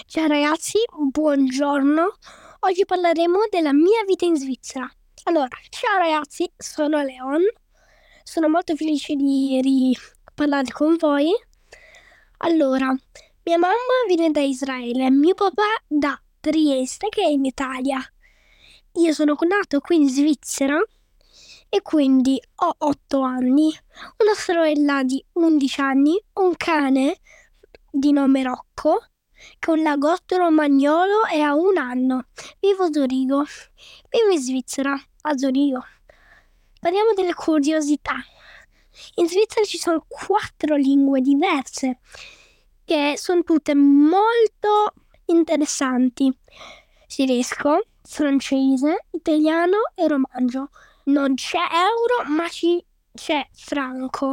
Ciao ragazzi, buongiorno. Oggi parleremo della mia vita in Svizzera. Allora, ciao ragazzi, sono Leon. Sono molto felice di parlare con voi. Allora, mia mamma viene da Israele, mio papà da Trieste, che è in Italia. Io sono nato qui in Svizzera e quindi ho 8 anni, una sorella di 11 anni, un cane di nome Rocco che è un lagotto romagnolo e ha 1 anno. Vivo a Zurigo. Vivo in Svizzera, a Zurigo. Parliamo delle curiosità. In Svizzera ci sono 4 lingue diverse che sono tutte molto interessanti. Tedesco, francese, italiano e romanzo. Non c'è euro, ma c'è franco.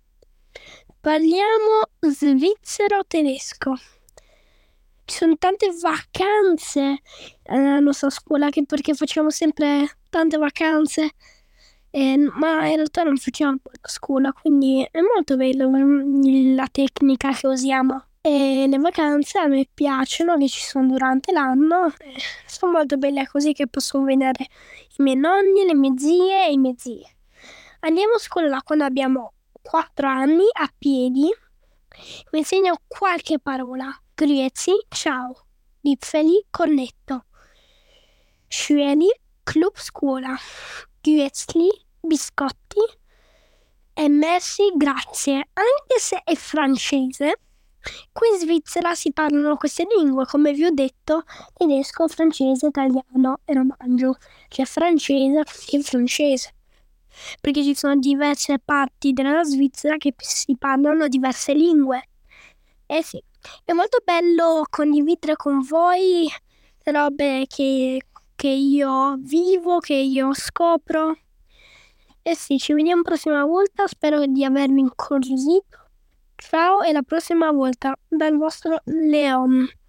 Parliamo svizzero-tedesco. Ci sono tante vacanze nella nostra scuola, che perché facciamo sempre tante vacanze, ma in realtà non facciamo la scuola, quindi è molto bello la tecnica che usiamo. E le vacanze a me piacciono, che ci sono durante l'anno, sono molto belle così che posso vedere i miei nonni, le mie zie e i miei zii. Andiamo a scuola quando abbiamo 4 anni a piedi. Mi insegno qualche parola. Grüezi, ciao. Lipfeli, cornetto. Schweli, club scuola. Güetzli, biscotti. E merci, grazie. Anche se è francese, qui in Svizzera si parlano queste lingue, come vi ho detto, tedesco, francese, italiano e romanzo. Cioè francese e francese. Perché ci sono diverse parti della Svizzera che si parlano diverse lingue. Eh sì, è molto bello condividere con voi le robe che io vivo, che io scopro. Eh sì, ci vediamo la prossima volta, spero di avervi incuriosito. Ciao e la prossima volta dal vostro Leon.